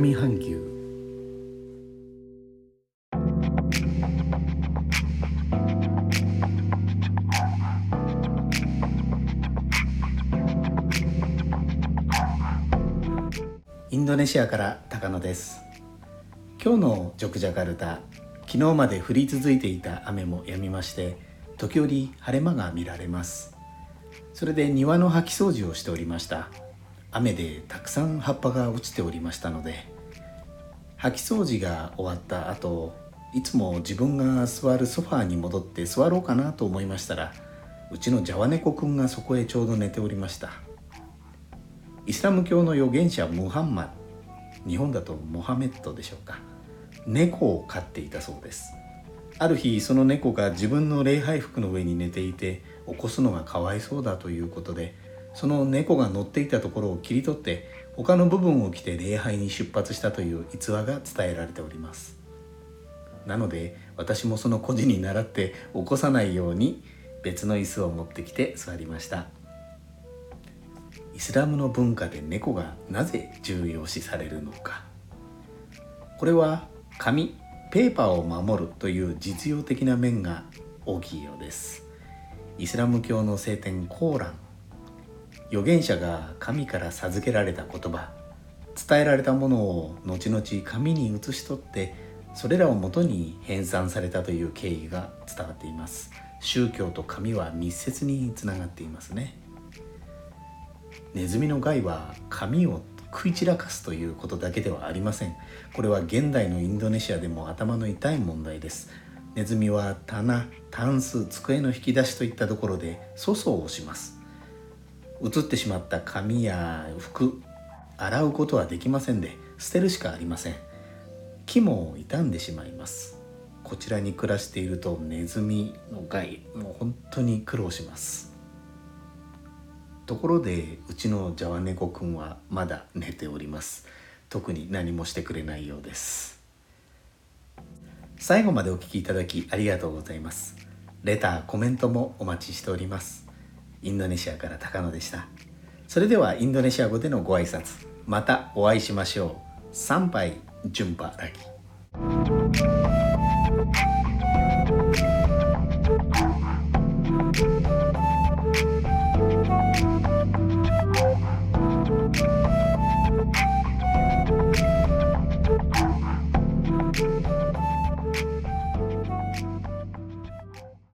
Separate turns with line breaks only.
南半球。インドネシアから高野です。今日のジョクジャカルタ、昨日まで降り続いていた雨も止みまして、時折晴れ間が見られます。それで庭の掃き掃除をしておりました。雨でたくさん葉っぱが落ちておりましたので、掃き掃除が終わった後、いつも自分が座るソファーに戻って座ろうかなと思いましたら、うちのジャワネコくんがそこへちょうど寝ておりました。イスラム教の預言者ムハンマド、日本だとモハメッドでしょうか、猫を飼っていたそうです。ある日、その猫が自分の礼拝服の上に寝ていて、起こすのがかわいそうだということで、その猫が乗っていたところを切り取って他の部分を着て礼拝に出発したという逸話が伝えられております。なので私もその孤児に倣って起こさないように別の椅子を持ってきて座りました。イスラムの文化で猫がなぜ重要視されるのか。これは紙、ペーパーを守るという実用的な面が大きいようです。イスラム教の聖典コーラン、預言者が神から授けられた言葉、伝えられたものを後々紙に写し取って、それらをもとに編纂されたという経緯が伝わっています。宗教と紙は密接につながっていますね。ネズミの害は紙を食い散らかすということだけではありません。これは現代のインドネシアでも頭の痛い問題です。ネズミは棚、タンス、机の引き出しといったところで粗相をします。写ってしまった紙や服、洗うことはできませんで、捨てるしかありません。木も傷んでしまいます。こちらに暮らしているとネズミの害、もう本当に苦労します。ところでうちのジャワネコくんはまだ寝ております。特に何もしてくれないようです。最後までお聞きいただきありがとうございます。レター、コメントもお待ちしております。インドネシアから高野でした。それではインドネシア語でのご挨拶、またお会いしましょう。サンパイジュンパラギ。